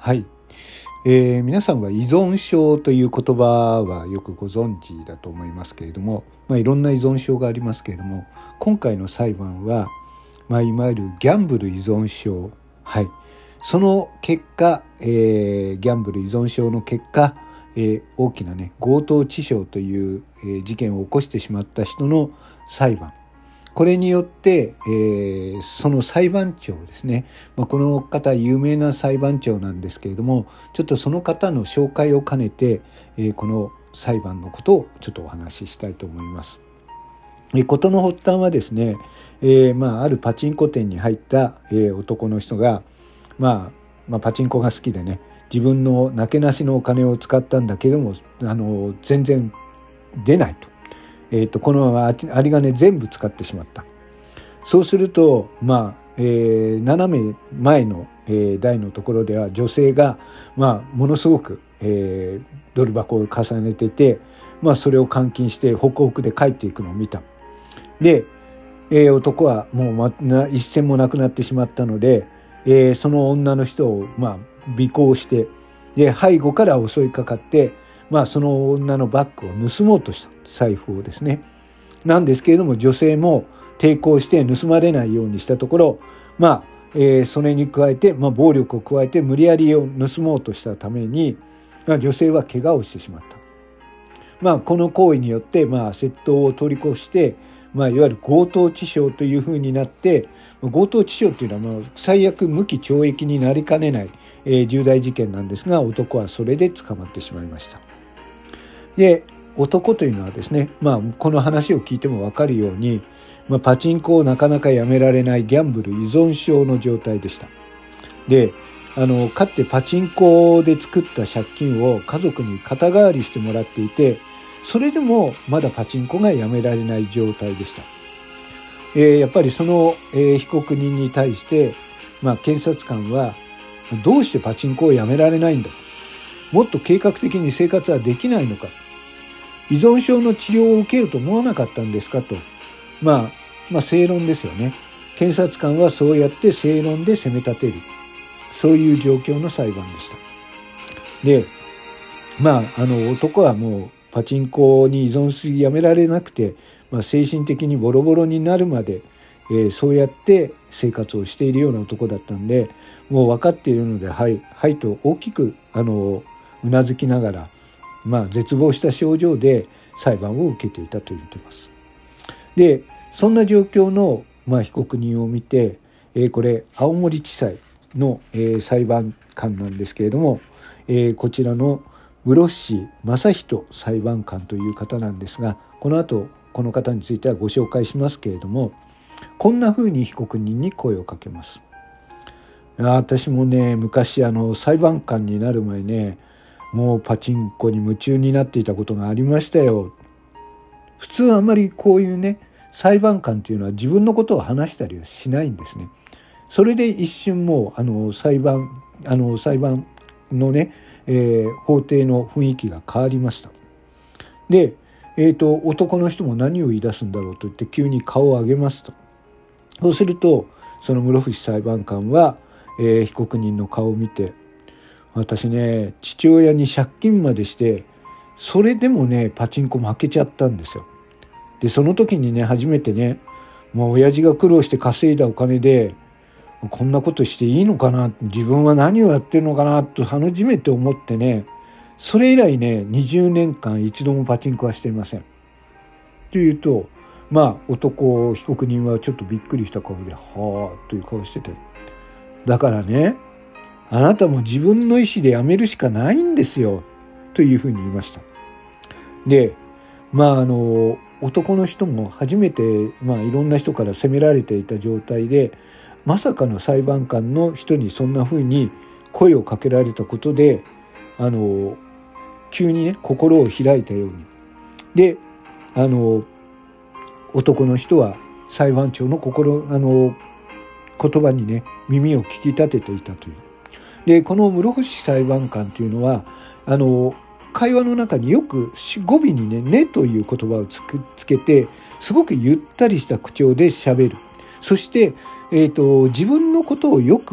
はい、皆さんは依存症という言葉はよくご存知だと思いますけれども、いろんな依存症がありますけれども、今回の裁判は、いわゆるギャンブル依存症、その結果、ギャンブル依存症の結果、大きな強盗致傷という、事件を起こしてしまった人の裁判、これによって、その裁判長ですね、この方有名な裁判長なんですけれども、ちょっとその方の紹介を兼ねて、この裁判のことをちょっとお話ししたいと思います。事の発端はですね、あるパチンコ店に入った、男の人が、パチンコが好きでね、自分のなけなしのお金を使ったんだけども、全然出ないと。この有り金全部使ってしまった。そうすると、斜め前の、台のところでは女性が、ものすごく、ドル箱を重ねてて、それを換金してホクホクで帰っていくのを見た。で、男はもう一銭もなくなってしまったので、その女の人を尾行して、で背後から襲いかかって、その女のバッグを盗もうとした。財布をですね。なんですけれども、女性も抵抗して盗まれないようにしたところ、それに加えて、暴力を加えて無理やりを盗もうとしたために、女性は怪我をしてしまった。この行為によって、窃盗を通り越して、いわゆる強盗致傷というふうになって、強盗致傷というのは最悪無期懲役になりかねない、重大事件なんですが、男はそれで捕まってしまいました。で、男というのはですね、この話を聞いても分かるように、パチンコをなかなかやめられないギャンブル依存症の状態でした。で、かつてパチンコで作った借金を家族に肩代わりしてもらっていて、それでもまだパチンコがやめられない状態でした。やっぱりその、被告人に対して、検察官はどうしてパチンコをやめられないんだ、もっと計画的に生活はできないのか、依存症の治療を受けると思わなかったんですかと、正論ですよね。検察官はそうやって正論で責め立てる、そういう状況の裁判でした。で、男はもうパチンコに依存しやめられなくて、精神的にボロボロになるまで、そうやって生活をしているような男だったんで、もう分かっているので、はいと大きくうなずきながら、絶望した症状で裁判を受けていたと言っています。で、そんな状況の、被告人を見て、これ青森地裁の、裁判官なんですけれども、こちらの室伏正人裁判官という方なんですが、この後この方についてはご紹介しますけれども、こんな風に被告人に声をかけます。私もね、昔裁判官になる前ね、もうパチンコに夢中になっていたことがありましたよ。普通あんまりこういうね、裁判官っていうのは自分のことを話したりはしないんですね。それで一瞬もう裁判のね、法廷の雰囲気が変わりました。で、男の人も何を言い出すんだろうと言って急に顔を上げますと。そうするとその室伏裁判官は、被告人の顔を見て、私ね、父親に借金までして、それでもね、パチンコ負けちゃったんですよ。で、その時にね、初めてね、もう親父が苦労して稼いだお金で、こんなことしていいのかな、自分は何をやってるのかなと初めて思ってね、それ以来ね、20年間一度もパチンコはしていません。というと、被告人はちょっとびっくりした顔で、はーという顔してて、だからね、あなたも自分の意思でやめるしかないんですよというふうに言いました。で、男の人も初めて、いろんな人から責められていた状態で、まさかの裁判官の人にそんなふうに声をかけられたことで、急にね、心を開いたように。で、男の人は裁判長の言葉にね、耳を聞き立てていたという。で、この室伏裁判官というのは、会話の中によく語尾にねという言葉をつけて、すごくゆったりした口調で喋る。そして、自分のことをよく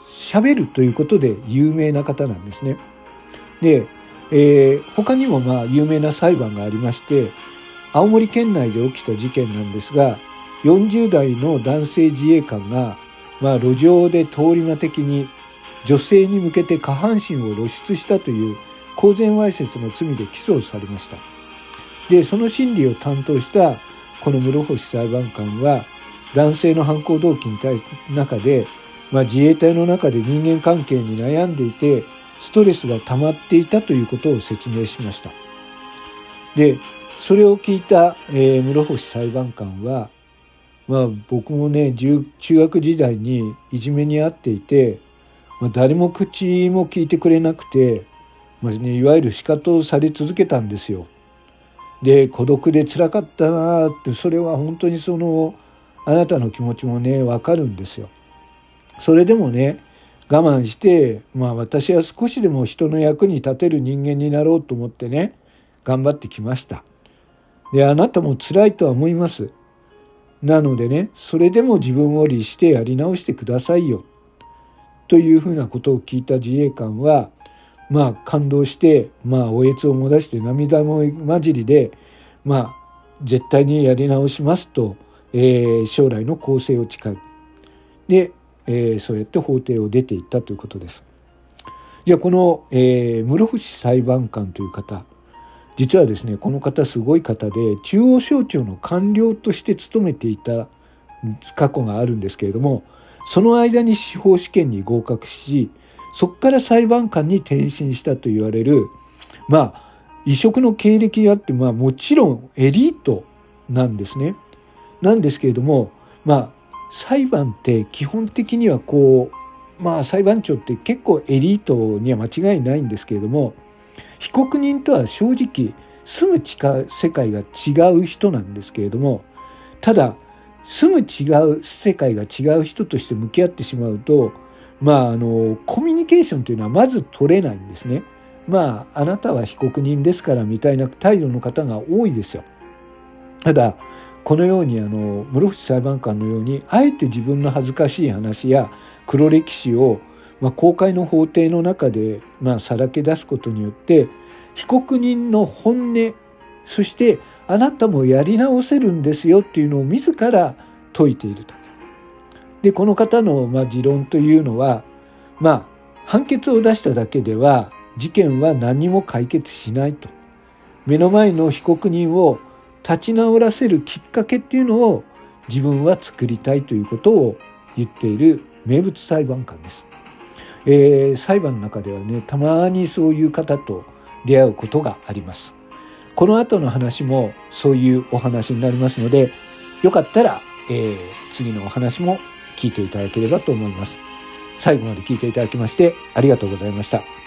喋るということで有名な方なんですね。で、他にも有名な裁判がありまして、青森県内で起きた事件なんですが、40代の男性自衛官が、路上で通り魔的に女性に向けて下半身を露出したという公然わいせつの罪で起訴されました。で、その審理を担当したこの室伏裁判官は、男性の犯行動機に対して中で、自衛隊の中で人間関係に悩んでいて、ストレスが溜まっていたということを説明しました。で、それを聞いた、室伏裁判官は、僕もね、中学時代にいじめに遭っていて、誰も口も聞いてくれなくて、いわゆる仕方をされ続けたんですよ。で、孤独で辛かったなって、それは本当にあなたの気持ちもね、わかるんですよ。それでもね、我慢して、私は少しでも人の役に立てる人間になろうと思ってね、頑張ってきました。で、あなたも辛いとは思います。なのでね、それでも自分を律してやり直してくださいよ。というふうなことを聞いた自衛官は、感動して、おえつを漏らして涙も混じりで、絶対にやり直しますと、将来の更生を誓う。で、そうやって法廷を出ていったということです。じゃあこの、室伏裁判官という方、実はですね、この方すごい方で、中央省庁の官僚として勤めていた過去があるんですけれども、その間に司法試験に合格し、そこから裁判官に転身したと言われる、異色の経歴があって、もちろんエリートなんですね。なんですけれども、裁判って基本的には裁判長って結構エリートには間違いないんですけれども、被告人とは正直住む世界が違う人なんですけれども、ただ住む世界が違う人として向き合ってしまうと、コミュニケーションというのはまず取れないんですね。あなたは被告人ですからみたいな態度の方が多いですよ。ただこのように室伏裁判官のようにあえて自分の恥ずかしい話や黒歴史を公開の法廷の中でさらけ出すことによって被告人の本音、そしてあなたもやり直せるんですよっていうのを自ら説いていると。で、この方の持論というのは、判決を出しただけでは事件は何も解決しないと。目の前の被告人を立ち直らせるきっかけっていうのを自分は作りたいということを言っている名物裁判官です。裁判の中ではね、たまにそういう方と出会うことがあります。この後の話もそういうお話になりますので、よかったら、次のお話も聞いていただければと思います。最後まで聞いていただきましてありがとうございました。